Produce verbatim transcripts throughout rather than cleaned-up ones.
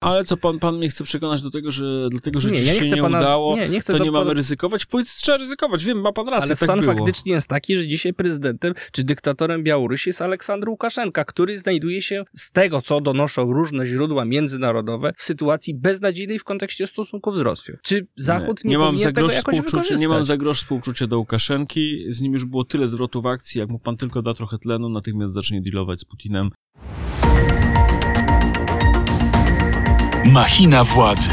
Ale co, pan, pan mnie chce przekonać do tego, że dlatego, że nie, dziś ja nie się chcę nie pana, udało, nie, nie chcę to do nie pana... mamy ryzykować? Powiedz, trzeba ryzykować, wiem, ma pan rację, Ale tak stan było. faktycznie jest taki, że dzisiaj prezydentem czy dyktatorem Białorusi jest Aleksandr Łukaszenka, który znajduje się, z tego co donoszą różne źródła międzynarodowe, w sytuacji beznadziejnej w kontekście stosunków z Rosją. Czy Zachód nie, nie, nie powinien mam tego jakoś wykorzystać? Nie mam za grosz współczucia do Łukaszenki, z nim już było tyle zwrotów akcji, jak mu pan tylko da trochę tlenu, natychmiast zacznie dealować z Putinem. Machina władzy.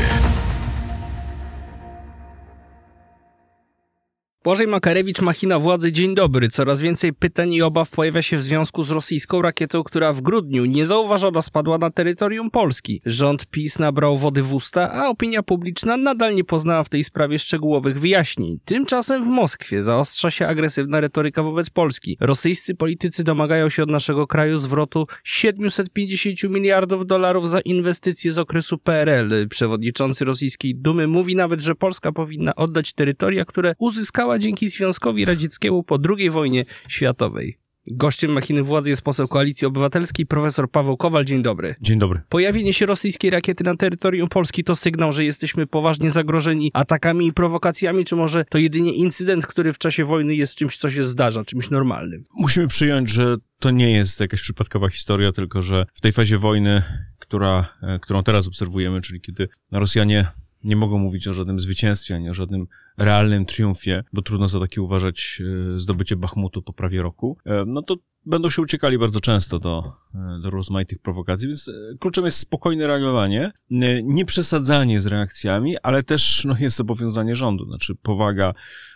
Błażej Makarewicz, Machina Władzy, dzień dobry. Coraz więcej pytań i obaw pojawia się w związku z rosyjską rakietą, która w grudniu niezauważona spadła na terytorium Polski. Rząd PiS nabrał wody w usta, a opinia publiczna nadal nie poznała w tej sprawie szczegółowych wyjaśnień. Tymczasem w Moskwie zaostrza się agresywna retoryka wobec Polski. Rosyjscy politycy domagają się od naszego kraju zwrotu siedemset pięćdziesiąt miliardów dolarów za inwestycje z okresu P R L. Przewodniczący rosyjskiej Dumy mówi nawet, że Polska powinna oddać terytoria, które uzyskała dzięki Związkowi Radzieckiemu po drugiej wojnie światowej. Gościem Machiny Władzy jest poseł Koalicji Obywatelskiej profesor Paweł Kowal. Dzień dobry. Dzień dobry. Pojawienie się rosyjskiej rakiety na terytorium Polski to sygnał, że jesteśmy poważnie zagrożeni atakami i prowokacjami, czy może to jedynie incydent, który w czasie wojny jest czymś, co się zdarza, czymś normalnym? Musimy przyjąć, że to nie jest jakaś przypadkowa historia, tylko że w tej fazie wojny, która, którą teraz obserwujemy, czyli kiedy Rosjanie nie mogą mówić o żadnym zwycięstwie, ani o żadnym realnym triumfie, bo trudno za takie uważać zdobycie Bachmutu po prawie roku, no to będą się uciekali bardzo często do, do rozmaitych prowokacji, więc kluczem jest spokojne reagowanie, nie przesadzanie z reakcjami, ale też no, jest zobowiązanie rządu, znaczy powaga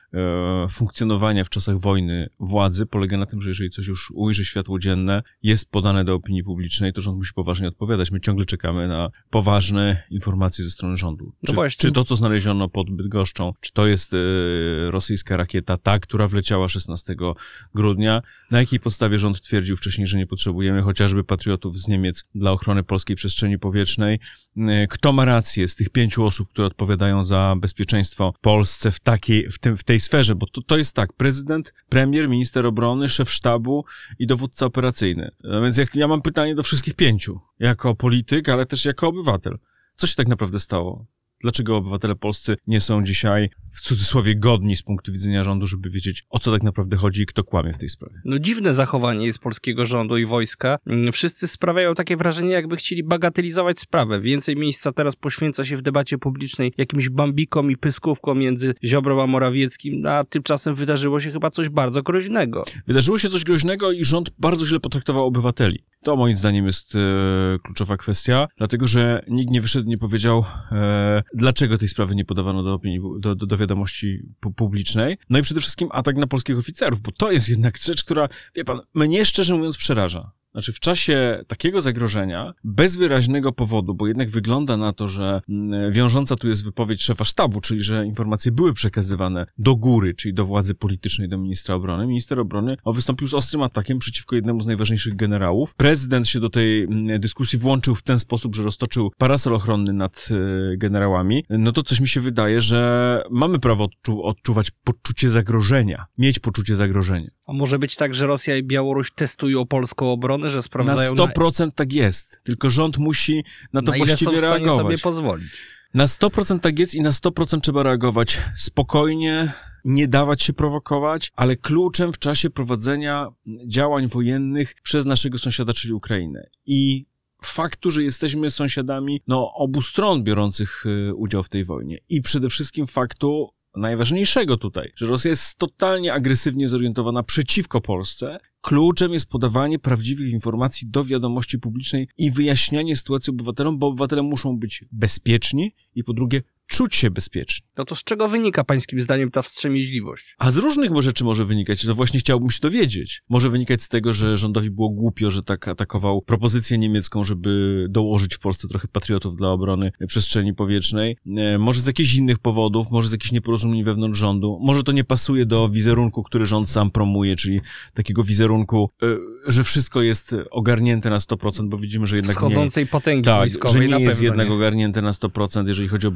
e, funkcjonowania w czasach wojny władzy polega na tym, że jeżeli coś już ujrzy światło dzienne, jest podane do opinii publicznej, to rząd musi poważnie odpowiadać. My ciągle czekamy na poważne informacje ze strony rządu. Czy, no czy to, co znaleziono pod Bydgoszczą, czy to jest e, rosyjska rakieta, ta, która wleciała szesnastego grudnia, na jakiej podstawie rząd twierdził wcześniej, że nie potrzebujemy chociażby patriotów z Niemiec dla ochrony polskiej przestrzeni powietrznej. Kto ma rację z tych pięciu osób, które odpowiadają za bezpieczeństwo w Polsce w takiej, w tym, w tej sferze? Bo to, to jest tak, prezydent, premier, minister obrony, szef sztabu i dowódca operacyjny. A więc jak, ja mam pytanie do wszystkich pięciu, jako polityk, ale też jako obywatel. Co się tak naprawdę stało? Dlaczego obywatele polscy nie są dzisiaj, w cudzysłowie, godni z punktu widzenia rządu, żeby wiedzieć, o co tak naprawdę chodzi i kto kłamie w tej sprawie? No dziwne zachowanie jest polskiego rządu i wojska. Wszyscy sprawiają takie wrażenie, jakby chcieli bagatelizować sprawę. Więcej miejsca teraz poświęca się w debacie publicznej jakimś bambikom i pyskówkom między Ziobrą a Morawieckim, a tymczasem wydarzyło się chyba coś bardzo groźnego. Wydarzyło się coś groźnego i rząd bardzo źle potraktował obywateli. To moim zdaniem jest e, kluczowa kwestia, dlatego że nikt nie wyszedł, nie powiedział, e, dlaczego tej sprawy nie podawano do opinii, do, do, do wiadomości publicznej. No i przede wszystkim atak na polskich oficerów, bo to jest jednak rzecz, która, wie pan, mnie szczerze mówiąc przeraża. Znaczy w czasie takiego zagrożenia, bez wyraźnego powodu, bo jednak wygląda na to, że wiążąca tu jest wypowiedź szefa sztabu, czyli że informacje były przekazywane do góry, czyli do władzy politycznej, do ministra obrony. Minister obrony wystąpił z ostrym atakiem przeciwko jednemu z najważniejszych generałów. Prezydent się do tej dyskusji włączył w ten sposób, że roztoczył parasol ochronny nad generałami. No to coś mi się wydaje, że mamy prawo odczu- odczuwać poczucie zagrożenia, mieć poczucie zagrożenia. A może być tak, że Rosja i Białoruś testują polską obronę, że sprawdzają... Na sto procent na... tak jest, tylko rząd musi na to na właściwie ile są w stanie reagować. Sobie pozwolić. Na sto procent tak jest i na sto procent trzeba reagować spokojnie, nie dawać się prowokować, ale kluczem w czasie prowadzenia działań wojennych przez naszego sąsiada, czyli Ukrainę. I faktu, że jesteśmy sąsiadami no, obu stron biorących udział w tej wojnie. I przede wszystkim faktu najważniejszego tutaj, że Rosja jest totalnie agresywnie zorientowana przeciwko Polsce. Kluczem jest podawanie prawdziwych informacji do wiadomości publicznej i wyjaśnianie sytuacji obywatelom, bo obywatele muszą być bezpieczni i po drugie czuć się bezpiecznie. No to z czego wynika pańskim zdaniem ta wstrzemięźliwość? A z różnych rzeczy może wynikać, to właśnie chciałbym się dowiedzieć. Może wynikać z tego, że rządowi było głupio, że tak atakował propozycję niemiecką, żeby dołożyć w Polsce trochę patriotów dla obrony przestrzeni powietrznej. Może z jakichś innych powodów, może z jakichś nieporozumień wewnątrz rządu. Może to nie pasuje do wizerunku, który rząd sam promuje, czyli takiego wizerunku, że wszystko jest ogarnięte na sto procent, bo widzimy, że jednak wschodzącej nie... potęgi tak, wojskowej że nie na jest jednak nie. ogarnięte na sto procent, jeżeli chodzi o bezpieczeństwo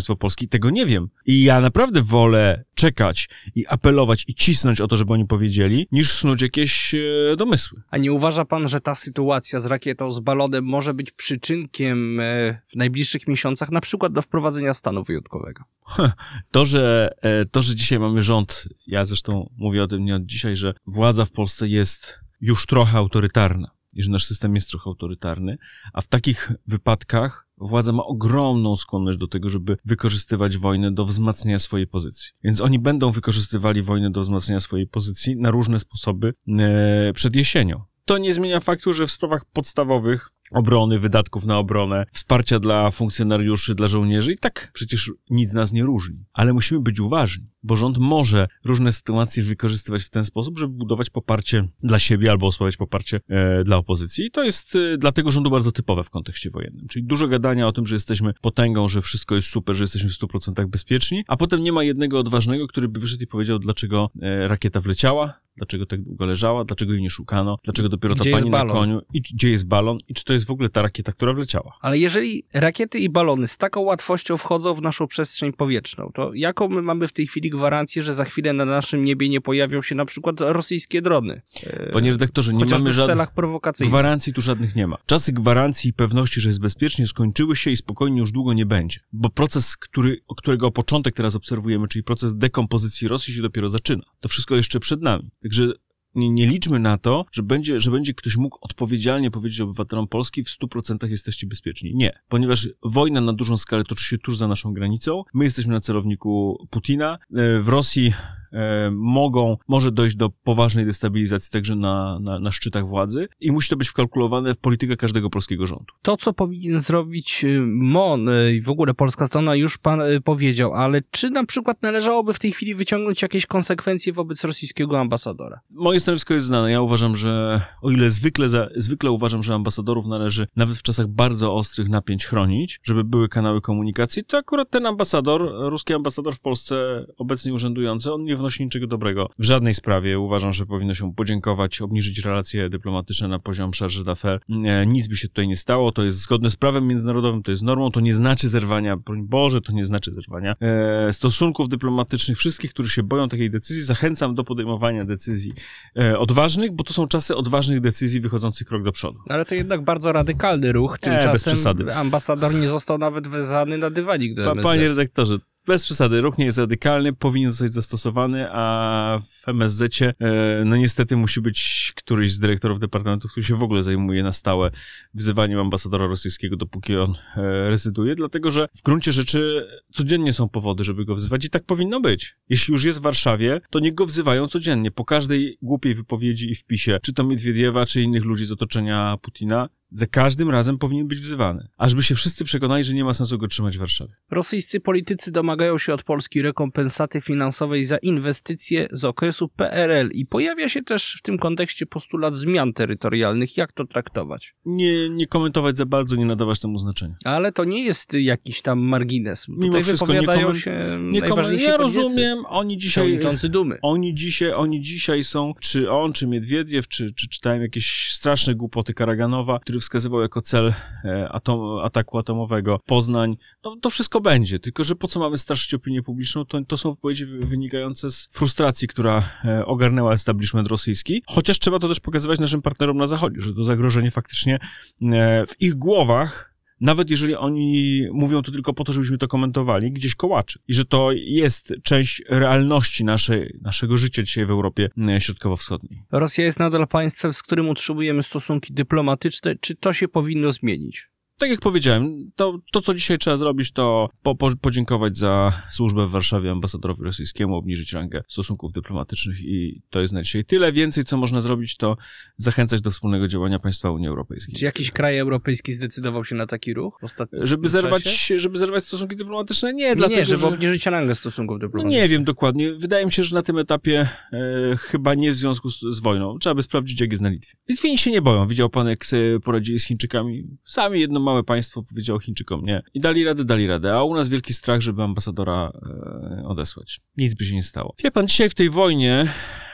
państwo polskie i tego nie wiem. I ja naprawdę wolę czekać i apelować i cisnąć o to, żeby oni powiedzieli, niż snuć jakieś e, domysły. A nie uważa pan, że ta sytuacja z rakietą, z balonem może być przyczynkiem e, w najbliższych miesiącach na przykład do wprowadzenia stanu wyjątkowego? To, że, e, to, że dzisiaj mamy rząd, ja zresztą mówię o tym nie od dzisiaj, że władza w Polsce jest już trochę autorytarna i że nasz system jest trochę autorytarny, a w takich wypadkach władza ma ogromną skłonność do tego, żeby wykorzystywać wojnę do wzmacniania swojej pozycji. Więc oni będą wykorzystywali wojnę do wzmacniania swojej pozycji na różne sposoby e, przed jesienią. To nie zmienia faktu, że w sprawach podstawowych obrony, wydatków na obronę, wsparcia dla funkcjonariuszy, dla żołnierzy i tak przecież nic nas nie różni. Ale musimy być uważni, bo rząd może różne sytuacje wykorzystywać w ten sposób, żeby budować poparcie dla siebie albo osłabiać poparcie e, dla opozycji. I to jest e, dla tego rządu bardzo typowe w kontekście wojennym. Czyli dużo gadania o tym, że jesteśmy potęgą, że wszystko jest super, że jesteśmy w stu procentach bezpieczni, a potem nie ma jednego odważnego, który by wyszedł i powiedział, dlaczego e, rakieta wleciała, dlaczego tak długo leżała, dlaczego jej nie szukano, dlaczego dopiero ta Gdzie pani jest na balon? koniu i gdzie jest balon i czy to jest w ogóle ta rakieta, która wleciała. Ale jeżeli rakiety i balony z taką łatwością wchodzą w naszą przestrzeń powietrzną, to jaką my mamy w tej chwili gwarancję, że za chwilę na naszym niebie nie pojawią się na przykład rosyjskie drony? Panie redaktorze, nie Chociażby mamy w żadnych celach prowokacyjnych. gwarancji, tu żadnych nie ma. Czasy gwarancji i pewności, że jest bezpiecznie, skończyły się i spokojnie już długo nie będzie. Bo proces, który, którego początek teraz obserwujemy, czyli proces dekompozycji Rosji się dopiero zaczyna. To wszystko jeszcze przed nami. Także Nie, nie liczmy na to, że będzie, że będzie ktoś mógł odpowiedzialnie powiedzieć obywatelom Polski, w stu procentach jesteście bezpieczni. Nie, ponieważ wojna na dużą skalę toczy się tuż za naszą granicą. My jesteśmy na celowniku Putina. W Rosji e, mogą, może dojść do poważnej destabilizacji także na, na, na szczytach władzy i musi to być wkalkulowane w politykę każdego polskiego rządu. To, co powinien zrobić M O N i w ogóle polska strona, już pan powiedział, ale czy na przykład należałoby w tej chwili wyciągnąć jakieś konsekwencje wobec rosyjskiego ambasadora? Moje stanowisko jest znane. Ja uważam, że o ile zwykle, za, zwykle uważam, że ambasadorów należy nawet w czasach bardzo ostrych napięć chronić, żeby były kanały komunikacji, to akurat ten ambasador, ruski ambasador w Polsce obecnie urzędujący, on nie wnosi niczego dobrego w żadnej sprawie. Uważam, że powinno się podziękować, obniżyć relacje dyplomatyczne na poziom charge d'affaires. Nic by się tutaj nie stało, to jest zgodne z prawem międzynarodowym, to jest normą, to nie znaczy zerwania, broń Boże, to nie znaczy zerwania e, stosunków dyplomatycznych. Wszystkich, którzy się boją takiej decyzji, zachęcam do podejmowania decyzji e, odważnych, bo to są czasy odważnych decyzji wychodzących krok do przodu. Ale to jednak bardzo radykalny ruch, Nie, bez tymczasem przesady. ambasador nie został nawet wezwany na dywanik do Pa, M S Z. panie redaktorze, bez przesady, ruch nie jest radykalny, powinien zostać zastosowany, a w M S Z-cie e, no niestety musi być któryś z dyrektorów departamentów, który się w ogóle zajmuje na stałe wzywaniem ambasadora rosyjskiego, dopóki on e, rezyduje, dlatego że w gruncie rzeczy codziennie są powody, żeby go wzywać i tak powinno być. Jeśli już jest w Warszawie, to niech go wzywają codziennie, po każdej głupiej wypowiedzi i wpisie, czy to Miedwiediewa, czy innych ludzi z otoczenia Putina, za każdym razem powinien być wzywany. Ażby się wszyscy przekonali, że nie ma sensu go trzymać w Warszawie. Rosyjscy politycy domagają się od Polski rekompensaty finansowej za inwestycje z okresu P R L i pojawia się też w tym kontekście postulat zmian terytorialnych. Jak to traktować? Nie, nie komentować za bardzo, nie nadawać temu znaczenia. Ale to nie jest jakiś tam margines. Mimo Tutaj wszystko nie wypowiadają komen- się Nie najważniejsi ja politycy. rozumiem, oni dzisiaj... Przewodniczący Dumy. Oni dzisiaj, oni dzisiaj są, czy on, czy Miedwiediew, czy, czy czytałem jakieś straszne głupoty Karaganowa, który wskazywał jako cel e, atom, ataku atomowego Poznań. No to wszystko będzie, tylko że po co mamy straszyć opinię publiczną, to, to są wypowiedzi wy- wynikające z frustracji, która e, ogarnęła establishment rosyjski, chociaż trzeba to też pokazywać naszym partnerom na Zachodzie, że to zagrożenie faktycznie e, w ich głowach, nawet jeżeli oni mówią to tylko po to, żebyśmy to komentowali, gdzieś kołaczy. I że to jest część realności naszej, naszego życia dzisiaj w Europie Środkowo-Wschodniej. Rosja jest nadal państwem, z którym utrzymujemy stosunki dyplomatyczne. Czy to się powinno zmienić? Tak jak powiedziałem, to, to co dzisiaj trzeba zrobić, to po, po, podziękować za służbę w Warszawie ambasadorowi rosyjskiemu, obniżyć rangę stosunków dyplomatycznych i to jest na dzisiaj tyle. Więcej, co można zrobić, to zachęcać do wspólnego działania państwa Unii Europejskiej. Czy jakiś kraj europejski zdecydował się na taki ruch w ostatnim Żeby czasie? zerwać, żeby zerwać stosunki dyplomatyczne? Nie, Nie, dlatego, nie, żeby że... obniżyć rangę stosunków No dyplomatycznych. nie wiem dokładnie. Wydaje mi się, że na tym etapie e, chyba nie w związku z, z wojną. Trzeba by sprawdzić, jak jest na Litwie. Litwini się nie boją. Widział pan, jak sobie poradzili z Chińczykami. Sami jedno małe państwo powiedziało Chińczykom nie. I dali radę, dali radę. A u nas wielki strach, żeby ambasadora e, odesłać. Nic by się nie stało. Wie pan, dzisiaj w tej wojnie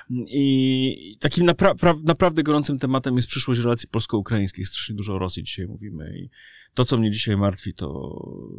I takim napra- pra- naprawdę gorącym tematem jest przyszłość relacji polsko-ukraińskich. Strasznie dużo o Rosji dzisiaj mówimy i to, co mnie dzisiaj martwi, to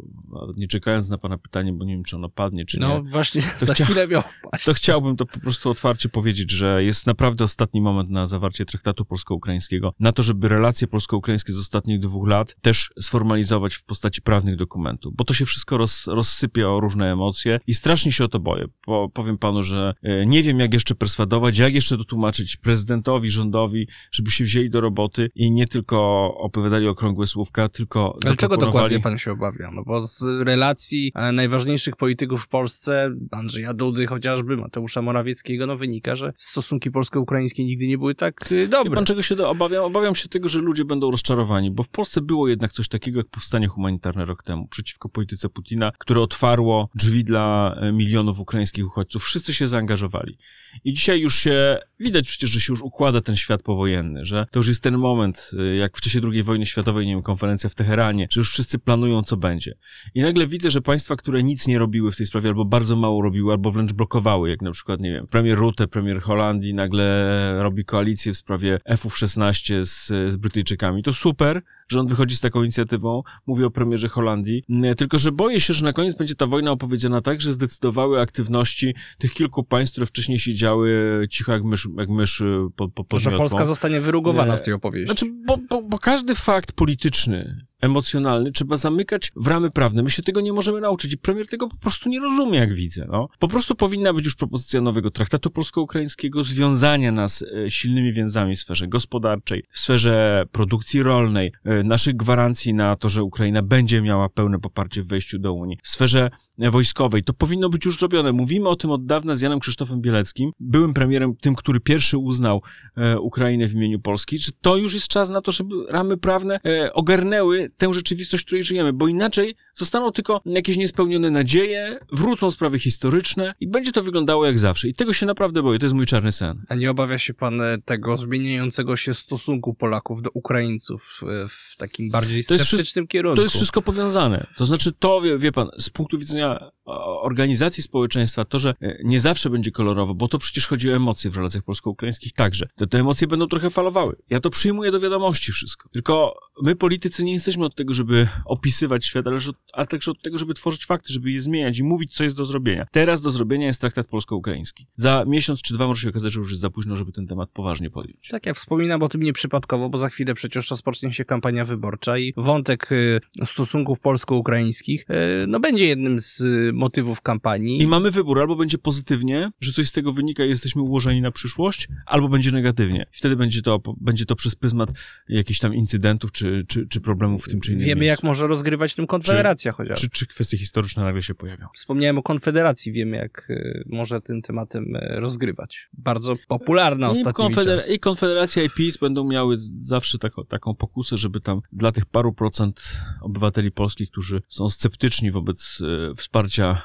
nie czekając na pana pytanie, bo nie wiem, czy ono padnie, czy no, nie. No właśnie, to za chcia- chwilę miał paść. To chciałbym to po prostu otwarcie powiedzieć, że jest naprawdę ostatni moment na zawarcie traktatu polsko-ukraińskiego, na to, żeby relacje polsko-ukraińskie z ostatnich dwóch lat też sformalizować w postaci prawnych dokumentów, bo to się wszystko roz, rozsypie o różne emocje i strasznie się o to boję. Po, powiem panu, że e, nie wiem, jak jeszcze perswadować, jak jeszcze dotłumaczyć prezydentowi, rządowi, żeby się wzięli do roboty i nie tylko opowiadali okrągłe słówka, tylko Ale czego dokładnie zaproponowali... pan się obawia? No bo z relacji e, najważniejszych polityków w Polsce, Andrzeja Dudy chociażby, Mateusza Morawieckiego, no wynika, że stosunki polsko-ukraińskie nigdy nie były tak y, dobre. Wie pan, czego się do- obawiam? Obawiam się tego, że ludzie będą rozczarowani, bo w Polsce było jednak coś takiego jak powstanie humanitarne rok temu przeciwko polityce Putina, które otwarło drzwi dla e, milionów ukraińskich uchodźców. Wszyscy się zaangażowali. I dzisiaj już się, widać przecież, że się już układa ten świat powojenny, że to już jest ten moment, e, jak w czasie drugiej wojny światowej, nie wiem, konferencja w Teheranie, że już wszyscy planują, co będzie. I nagle widzę, że państwa, które nic nie robiły w tej sprawie, albo bardzo mało robiły, albo wręcz blokowały, jak na przykład, nie wiem, premier Rutte, premier Holandii, nagle robi koalicję w sprawie F szesnaście z, z Brytyjczykami. To super, że on wychodzi z taką inicjatywą, mówi o premierze Holandii, Nie, tylko że boję się, że na koniec będzie ta wojna opowiedziana tak, że zdecydowały aktywności tych kilku państw, które wcześniej siedziały cicho jak mysz, jak mysz pod, pod, pod Że miotłą. Polska zostanie wyrugowana Nie. z tej opowieści. Znaczy, bo, bo, bo każdy fakt polityczny, emocjonalny trzeba zamykać w ramy prawne. My się tego nie możemy nauczyć i premier tego po prostu nie rozumie, jak widzę. No. Po prostu powinna być już propozycja nowego traktatu polsko-ukraińskiego, związania nas e, silnymi więzami w sferze gospodarczej, w sferze produkcji rolnej, e, naszych gwarancji na to, że Ukraina będzie miała pełne poparcie w wejściu do Unii, w sferze e, wojskowej. To powinno być już zrobione. Mówimy o tym od dawna z Janem Krzysztofem Bieleckim, byłym premierem, tym, który pierwszy uznał e, Ukrainę w imieniu Polski, że to już jest czas na to, żeby ramy prawne e, ogarnęły tę rzeczywistość, w której żyjemy, bo inaczej zostaną tylko jakieś niespełnione nadzieje, wrócą sprawy historyczne i będzie to wyglądało jak zawsze. I tego się naprawdę boję, to jest mój czarny sen. A nie obawia się pan e, tego zmieniającego się stosunku Polaków do Ukraińców w, w takim bardziej To jest sceptycznym kierunku? To jest wszystko powiązane. To znaczy to, wie, wie pan, z punktu widzenia organizacji społeczeństwa, to, że nie zawsze będzie kolorowo, bo to przecież chodzi o emocje w relacjach polsko-ukraińskich także. To te emocje będą trochę falowały. Ja to przyjmuję do wiadomości wszystko. Tylko my, politycy, nie jesteśmy od tego, żeby opisywać świat, ale, ale także od tego, żeby tworzyć fakty, żeby je zmieniać i mówić, co jest do zrobienia. Teraz do zrobienia jest traktat polsko-ukraiński. Za miesiąc czy dwa może się okazać, że już jest za późno, żeby ten temat poważnie podjąć. Tak, ja wspominam o tym nieprzypadkowo, bo za chwilę przecież rozpocznie się kampania wyborcza i wątek y, stosunków polsko-ukraińskich y, no będzie jednym z y, motywów kampanii. I mamy wybór, albo będzie pozytywnie, że coś z tego wynika i jesteśmy ułożeni na przyszłość, albo będzie negatywnie. I wtedy będzie to, będzie to przez pryzmat jakichś tam incydentów czy, czy, czy problemów w tym czy innym Wiemy, miejscu. jak może rozgrywać tym Konfederacja czy, chociaż. Czy, czy kwestie historyczne nagle się pojawią. Wspomniałem o Konfederacji, wiemy, jak y, może tym tematem y, rozgrywać. Bardzo popularna I, ostatnimi konfeder- czasy. I Konfederacja i PiS będą miały zawsze taką, taką pokusę, żeby tam dla tych paru procent obywateli polskich, którzy są sceptyczni wobec e, wsparcia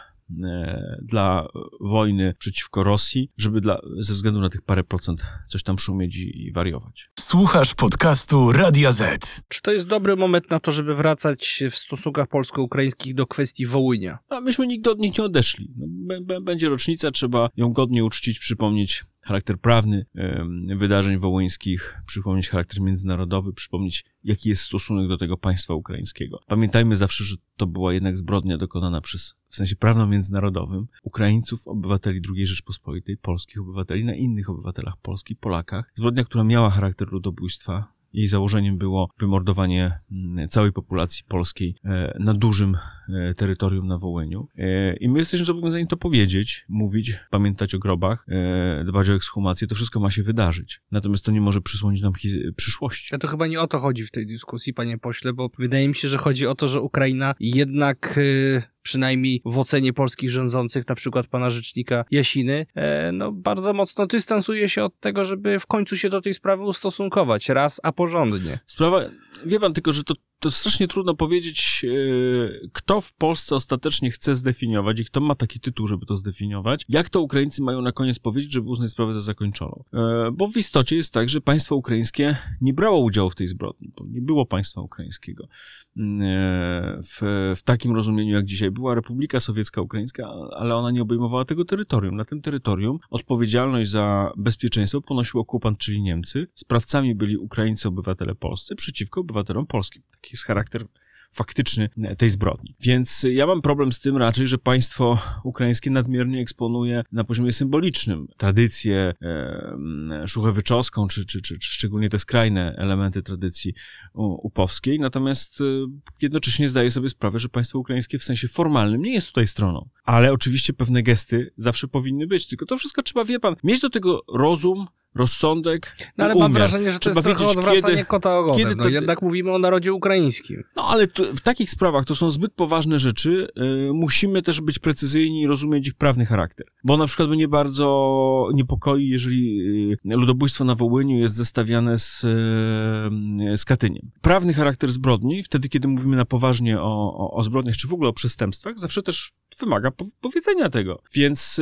e, dla wojny przeciwko Rosji, żeby dla, ze względu na tych parę procent coś tam szumieć i, i wariować. Słuchasz podcastu Radia Z. Czy to jest dobry moment na to, żeby wracać w stosunkach polsko-ukraińskich do kwestii Wołynia? A myśmy nigdy od nich nie odeszli. No, b- b- będzie rocznica, trzeba ją godnie uczcić, przypomnieć charakter prawny em, wydarzeń wołyńskich, przypomnieć charakter międzynarodowy, przypomnieć, jaki jest stosunek do tego państwa ukraińskiego. Pamiętajmy zawsze, że to była jednak zbrodnia dokonana przez, w sensie prawno-międzynarodowym, Ukraińców, obywateli drugiej Rzeczpospolitej, polskich obywateli, na innych obywatelach Polski, Polakach. Zbrodnia, która miała charakter ludobójstwa. Jej założeniem było wymordowanie całej populacji polskiej na dużym terytorium na Wołyniu. I my jesteśmy zobowiązani to powiedzieć, mówić, pamiętać o grobach, dbać o ekshumację. To wszystko ma się wydarzyć. Natomiast to nie może przysłonić nam hiz- przyszłości. A to chyba nie o to chodzi w tej dyskusji, panie pośle, bo wydaje mi się, że chodzi o to, że Ukraina jednak... Yy... przynajmniej w ocenie polskich rządzących, na przykład pana rzecznika Jasiny, e, no bardzo mocno dystansuje się od tego, żeby w końcu się do tej sprawy ustosunkować raz, a porządnie. Sprawa, wie pan tylko, że to to strasznie trudno powiedzieć, yy, kto w Polsce ostatecznie chce zdefiniować i kto ma taki tytuł, żeby to zdefiniować, jak to Ukraińcy mają na koniec powiedzieć, żeby uznać sprawę za zakończoną. Yy, bo w istocie jest tak, że państwo ukraińskie nie brało udziału w tej zbrodni, bo nie było państwa ukraińskiego yy, w, w takim rozumieniu jak dzisiaj. Była Republika Sowiecka Ukraińska, ale ona nie obejmowała tego terytorium. Na tym terytorium odpowiedzialność za bezpieczeństwo ponosił okupant, czyli Niemcy. Sprawcami byli Ukraińcy, obywatele polscy przeciwko obywatelom polskim. Taki jest charakter faktyczny tej zbrodni. Więc ja mam problem z tym raczej, że państwo ukraińskie nadmiernie eksponuje na poziomie symbolicznym tradycję e, szuchewyczowską, czy, czy, czy, czy szczególnie te skrajne elementy tradycji upowskiej, natomiast e, jednocześnie zdaje sobie sprawę, że państwo ukraińskie w sensie formalnym nie jest tutaj stroną. Ale oczywiście pewne gesty zawsze powinny być, tylko to wszystko trzeba, wie pan, mieć do tego rozum, rozsądek, no ale umiar. mam wrażenie, że to Trzeba jest trochę wiedzieć, odwracanie kiedy, kota ogonem. kiedy No to... jednak mówimy o narodzie ukraińskim. No ale to, w takich sprawach to są zbyt poważne rzeczy. Yy, musimy też być precyzyjni i rozumieć ich prawny charakter. Bo na przykład mnie bardzo niepokoi, jeżeli yy, ludobójstwo na Wołyniu jest zestawiane z, yy, z Katyniem. Prawny charakter zbrodni, wtedy kiedy mówimy na poważnie o, o, o zbrodniach, czy w ogóle o przestępstwach, zawsze też wymaga po, powiedzenia tego. Więc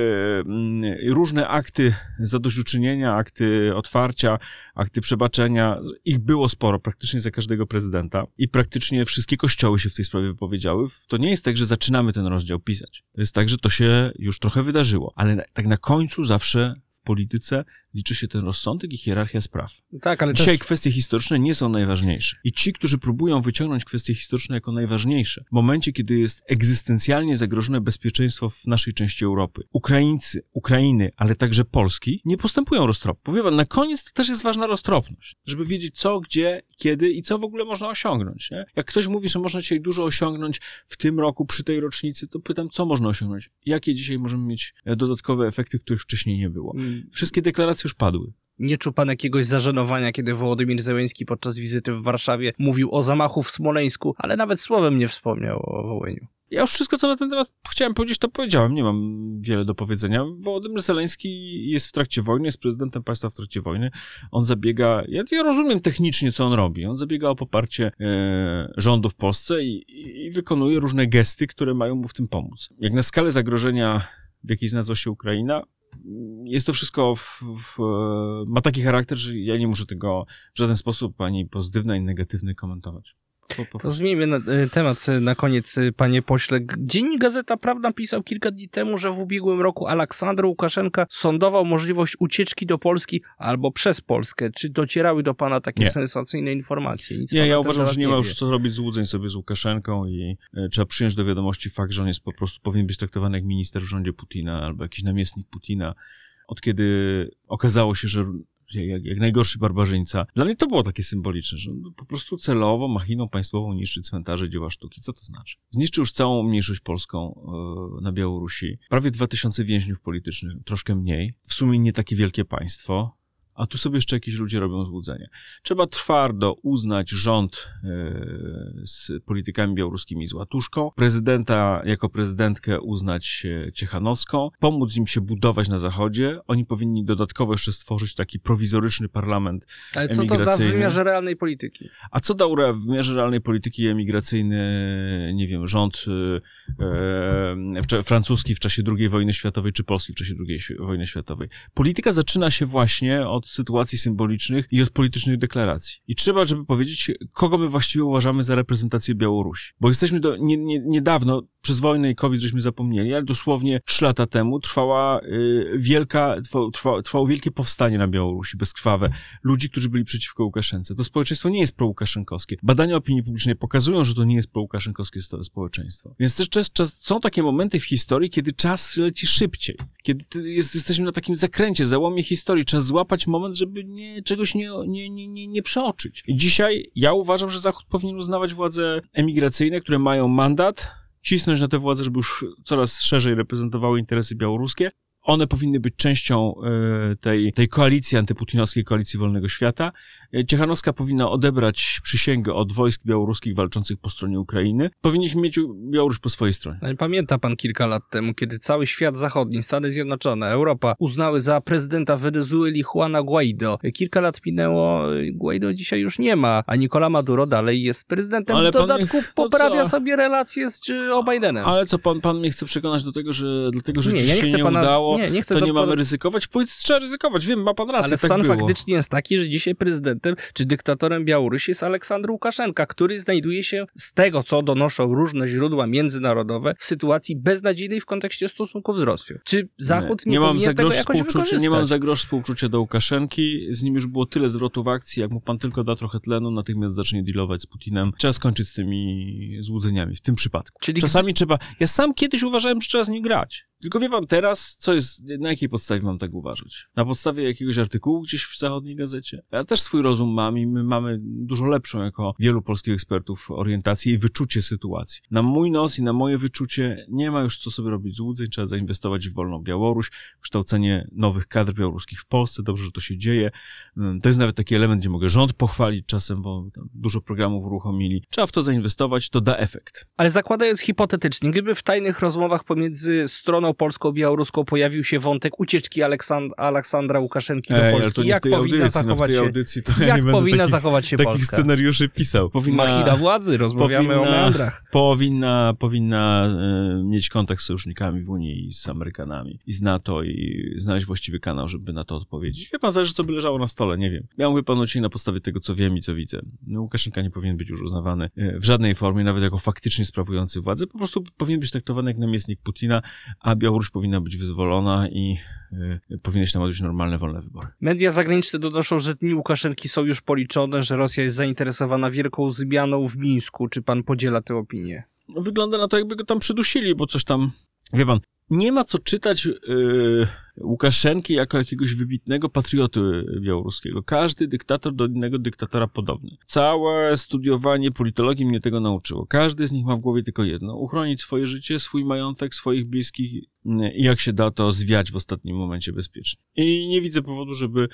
yy, yy, różne akty zadośćuczynienia, akty otwarcia, akty przebaczenia, ich było sporo, praktycznie za każdego prezydenta i praktycznie wszystkie kościoły się w tej sprawie wypowiedziały. To nie jest tak, że zaczynamy ten rozdział pisać. To jest tak, że to się już trochę wydarzyło, ale na, tak na końcu zawsze w polityce liczy się ten rozsądek i hierarchia spraw. Tak, ale Dzisiaj też... kwestie historyczne nie są najważniejsze. I ci, którzy próbują wyciągnąć kwestie historyczne jako najważniejsze, w momencie, kiedy jest egzystencjalnie zagrożone bezpieczeństwo w naszej części Europy, Ukraińcy, Ukrainy, ale także Polski, nie postępują roztropnie. Powiem, na koniec to też jest ważna roztropność, żeby wiedzieć co, gdzie, kiedy i co w ogóle można osiągnąć. Nie? Jak ktoś mówi, że można dzisiaj dużo osiągnąć w tym roku, przy tej rocznicy, to pytam, co można osiągnąć? Jakie dzisiaj możemy mieć dodatkowe efekty, których wcześniej nie było? Wszystkie deklaracje już padły. Nie czuł pan jakiegoś zażenowania, kiedy Wołodymyr Zełenski podczas wizyty w Warszawie mówił o zamachu w Smoleńsku, ale nawet słowem nie wspomniał o Wołyniu. Ja już wszystko, co na ten temat chciałem powiedzieć, to powiedziałem. Nie mam wiele do powiedzenia. Wołodymyr Zełenski jest w trakcie wojny, jest prezydentem państwa w trakcie wojny. On zabiega, ja, ja rozumiem technicznie, co on robi. On zabiega o poparcie e, rządu w Polsce i, i, i wykonuje różne gesty, które mają mu w tym pomóc. Jak na skalę zagrożenia, w jakiej znalazła się Ukraina, jest to wszystko w, w, ma taki charakter, że ja nie muszę tego w żaden sposób ani pozytywny, ani negatywny komentować. Po, po to zmieńmy na, temat na koniec, panie pośle. Dziennik Gazeta Prawna pisał kilka dni temu, że w ubiegłym roku Aleksandr Łukaszenka sondował możliwość ucieczki do Polski albo przez Polskę. Czy docierały do pana takie nie. sensacyjne informacje? Nic nie, ja uważam, że nie ma wie. już co robić złudzeń sobie z Łukaszenką i e, trzeba przyjąć do wiadomości fakt, że on jest po prostu, powinien być traktowany jak minister w rządzie Putina albo jakiś namiestnik Putina. Od kiedy okazało się, że Jak, jak najgorszy barbarzyńca. Dla mnie to było takie symboliczne, że on po prostu celowo, machiną państwową niszczy cmentarze, dzieła sztuki. Co to znaczy? Zniszczył już całą mniejszość polską e, na Białorusi. Prawie dwa tysiące więźniów politycznych, troszkę mniej. W sumie nie takie wielkie państwo. A tu sobie jeszcze jakieś ludzie robią złudzenia. Trzeba twardo uznać rząd e, z politykami białoruskimi z łatuszką, prezydenta jako prezydentkę uznać e, Ciechanowską, pomóc im się budować na Zachodzie. Oni powinni dodatkowo jeszcze stworzyć taki prowizoryczny parlament Ale co emigracyjny. to da w wymiarze realnej polityki? A co dał w wymiarze realnej polityki emigracyjny, nie wiem, rząd e, e, francuski w czasie drugiej wojny światowej, czy polski w czasie drugiej wojny światowej? Polityka zaczyna się właśnie od sytuacji symbolicznych i od politycznych deklaracji. I trzeba, żeby powiedzieć, kogo my właściwie uważamy za reprezentację Białorusi. Bo jesteśmy do, nie, nie, niedawno, przez wojnę i COVID żeśmy zapomnieli, ale dosłownie trzy lata temu trwała y, wielka, trwa, trwa, trwało wielkie powstanie na Białorusi, bezkrwawe. Ludzi, którzy byli przeciwko Łukaszence. To społeczeństwo nie jest prołukaszenkowskie. Badania opinii publicznej pokazują, że to nie jest prołukaszenkowskie społeczeństwo. Więc też czas, czas, są takie momenty w historii, kiedy czas leci szybciej. Kiedy jest, jesteśmy na takim zakręcie, załomie historii. Czas złapać moment, żeby nie, czegoś nie, nie, nie, nie, nie przeoczyć. I dzisiaj ja uważam, że Zachód powinien uznawać władze emigracyjne, które mają mandat, cisnąć na te władze, żeby już coraz szerzej reprezentowały interesy białoruskie, one powinny być częścią e, tej, tej koalicji antyputinowskiej, koalicji wolnego świata. E, Ciechanowska powinna odebrać przysięgę od wojsk białoruskich walczących po stronie Ukrainy. Powinniśmy mieć Białoruś po swojej stronie. Ale pamięta pan kilka lat temu, kiedy cały świat zachodni, Stany Zjednoczone, Europa uznały za prezydenta Wenezueli Juana Guaido. Kilka lat minęło, Guaido dzisiaj już nie ma, a Nicolás Maduro dalej jest prezydentem. Ale w dodatku mnie, poprawia co? sobie relacje z Joe Bidenem. Ale co, pan, pan mnie chce przekonać do tego, że dlatego, że Nie, ci ja nie się chcę nie pana- udało, nie, nie chcę to do- nie mamy ryzykować? W polityce trzeba ryzykować, wiem, ma pan rację, Ale tak stan było. faktyczny jest taki, że dzisiaj prezydentem czy dyktatorem Białorusi jest Aleksandr Łukaszenka, który znajduje się, z tego co donoszą różne źródła międzynarodowe, w sytuacji beznadziejnej w kontekście stosunków z Rosją. Czy Zachód nie, nie mam powinien za tego grosz jakoś współczucia, wykorzystać? Nie mam za grosz współczucia do Łukaszenki, z nim już było tyle zwrotów akcji, jak mu pan tylko da trochę tlenu, natychmiast zacznie dealować z Putinem. Trzeba skończyć z tymi złudzeniami w tym przypadku. Czyli Czasami trzeba... Ja sam kiedyś uważałem, że trzeba z nim grać. Tylko wie pan teraz, co jest, na jakiej podstawie mam tak uważać? Na podstawie jakiegoś artykułu gdzieś w zachodniej gazecie? Ja też swój rozum mam i my mamy dużo lepszą, jako wielu polskich ekspertów, orientację i wyczucie sytuacji. Na mój nos i na moje wyczucie nie ma już co sobie robić złudzeń, trzeba zainwestować w wolną Białoruś, w kształcenie nowych kadr białoruskich w Polsce, dobrze, że to się dzieje. To jest nawet taki element, gdzie mogę rząd pochwalić czasem, bo tam dużo programów uruchomili. Trzeba w to zainwestować, to da efekt. Ale zakładając hipotetycznie, gdyby w tajnych rozmowach pomiędzy stroną polską i białoruską pojawił się wątek ucieczki Aleksand- Aleksandra Łukaszenki do Ej, ale Polski, to nie jak w tej powinna audycji, no w zachować tej się, audycji to ja jak nie będę powinna takich, zachować się takich Polska? scenariuszy pisał. Powinna, Machina władzy, rozmawiamy powinna, o meandrach. Powinna, powinna e, mieć kontakt z sojusznikami w Unii i z Amerykanami i z NATO i znaleźć właściwy kanał, żeby na to odpowiedzieć. Wie pan, zależy, co by leżało na stole, nie wiem. Ja mówię panu dzisiaj na podstawie tego, co wiem i co widzę. No, Łukaszenka nie powinien być już uznawany e, w żadnej formie, nawet jako faktycznie sprawujący władzę. Po prostu powinien być traktowany jak namiestnik Putina, a Białoruś powinna być wyzwolona i e, powinny się tam odbyć normalne, wolne wybory. Media zagraniczne donoszą, że dni Łukaszenki są już policzone, że Rosja jest zainteresowana wielką zmianą w Mińsku. Czy pan podziela tę opinię? No, wygląda na to, jakby go tam przydusili, bo coś tam... Wie pan, nie ma co czytać yy, Łukaszenki jako jakiegoś wybitnego patrioty białoruskiego. Każdy dyktator do innego dyktatora podobny. Całe studiowanie politologii mnie tego nauczyło. Każdy z nich ma w głowie tylko jedno. Uchronić swoje życie, swój majątek, swoich bliskich i jak się da, to zwiać w ostatnim momencie bezpiecznie. I nie widzę powodu, żeby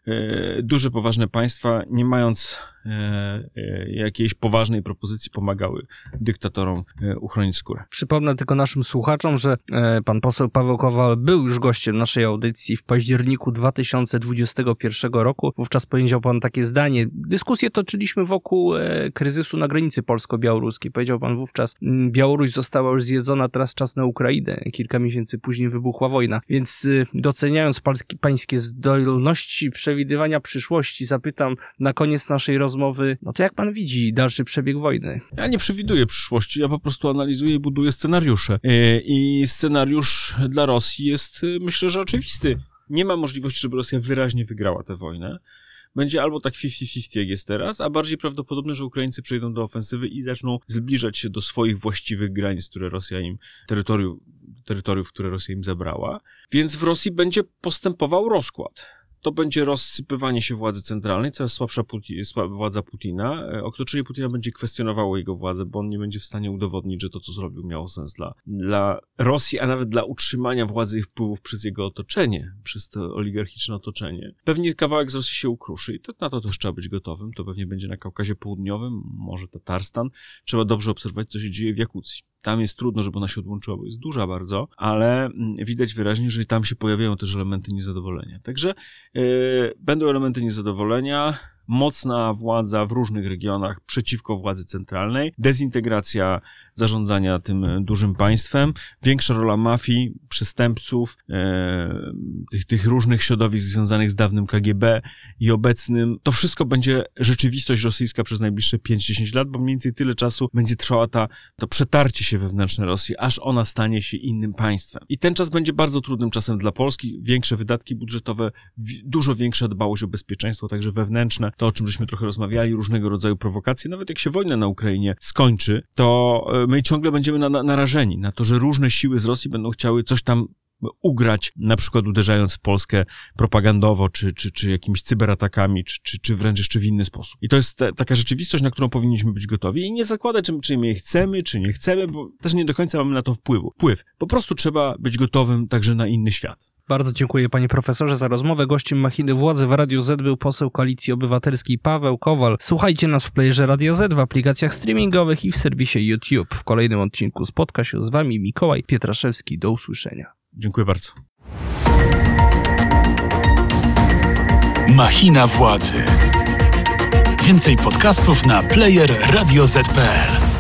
e, duże, poważne państwa, nie mając e, e, jakiejś poważnej propozycji, pomagały dyktatorom e, uchronić skórę. Przypomnę tylko naszym słuchaczom, że e, pan poseł Paweł Kowal był już gościem naszej audycji w październiku dwa tysiące dwudziestego pierwszego roku. Wówczas powiedział pan takie zdanie. Dyskusję toczyliśmy wokół e, kryzysu na granicy polsko-białoruskiej. Powiedział pan wówczas, Białoruś została już zjedzona, teraz czas na Ukrainę. Kilka miesięcy później wybuchła wojna. Więc e, doceniając pańskie, pańskie zdolności przewidywania przyszłości, zapytam na koniec naszej rozmowy, no to jak pan widzi dalszy przebieg wojny? Ja nie przewiduję przyszłości, ja po prostu analizuję i buduję scenariusze. E, I scenariusz dla Rosji jest, myślę, że oczywisty. Nie ma możliwości, żeby Rosja wyraźnie wygrała tę wojnę. Będzie albo tak pięćdziesiąt pięćdziesiąt, jak jest teraz, a bardziej prawdopodobne, że Ukraińcy przejdą do ofensywy i zaczną zbliżać się do swoich właściwych granic, które Rosja im, terytorium, terytoriów, które Rosja im zabrała. Więc w Rosji będzie postępował rozkład. To będzie rozsypywanie się władzy centralnej, coraz słabsza Puti- sła- władza Putina. Otoczenie Putina będzie kwestionowało jego władzę, bo on nie będzie w stanie udowodnić, że to, co zrobił, miało sens dla, dla Rosji, a nawet dla utrzymania władzy i wpływów przez jego otoczenie, przez to oligarchiczne otoczenie. Pewnie kawałek z Rosji się ukruszy i to, na to też trzeba być gotowym. To pewnie będzie na Kaukazie Południowym, może Tatarstan. Trzeba dobrze obserwować, co się dzieje w Jakucji. Tam jest trudno, żeby ona się odłączyła, bo jest duża bardzo, ale widać wyraźnie, że tam się pojawiają też elementy niezadowolenia. Także yy, będą elementy niezadowolenia, mocna władza w różnych regionach przeciwko władzy centralnej, dezintegracja zarządzania tym dużym państwem, większa rola mafii, przestępców, e, tych, tych różnych środowisk związanych z dawnym K G B i obecnym. To wszystko będzie rzeczywistość rosyjska przez najbliższe pięć do dziesięciu lat, bo mniej więcej tyle czasu będzie trwała ta, to przetarcie się wewnętrzne Rosji, aż ona stanie się innym państwem. I ten czas będzie bardzo trudnym czasem dla Polski. Większe wydatki budżetowe, dużo większa dbałość o bezpieczeństwo, także wewnętrzne, to o czym żeśmy trochę rozmawiali, różnego rodzaju prowokacje. Nawet jak się wojna na Ukrainie skończy, to my ciągle będziemy na, na, narażeni na to, że różne siły z Rosji będą chciały coś tam ugrać, na przykład uderzając w Polskę propagandowo, czy, czy, czy jakimiś cyberatakami, czy, czy, czy wręcz jeszcze w inny sposób. I to jest ta, taka rzeczywistość, na którą powinniśmy być gotowi i nie zakładać, czy, czy my je chcemy, czy nie chcemy, bo też nie do końca mamy na to wpływu. Wpływ. Po prostu trzeba być gotowym także na inny świat. Bardzo dziękuję panie profesorze za rozmowę. Gościem Machiny Władzy w Radiu Z był poseł Koalicji Obywatelskiej Paweł Kowal. Słuchajcie nas w playerze Radio Z, w aplikacjach streamingowych i w serwisie YouTube. W kolejnym odcinku spotka się z wami Mikołaj Pietraszewski. Do usłyszenia. Dziękuję bardzo. Machina Władzy. Więcej podcastów na player radio zet kropka pe el.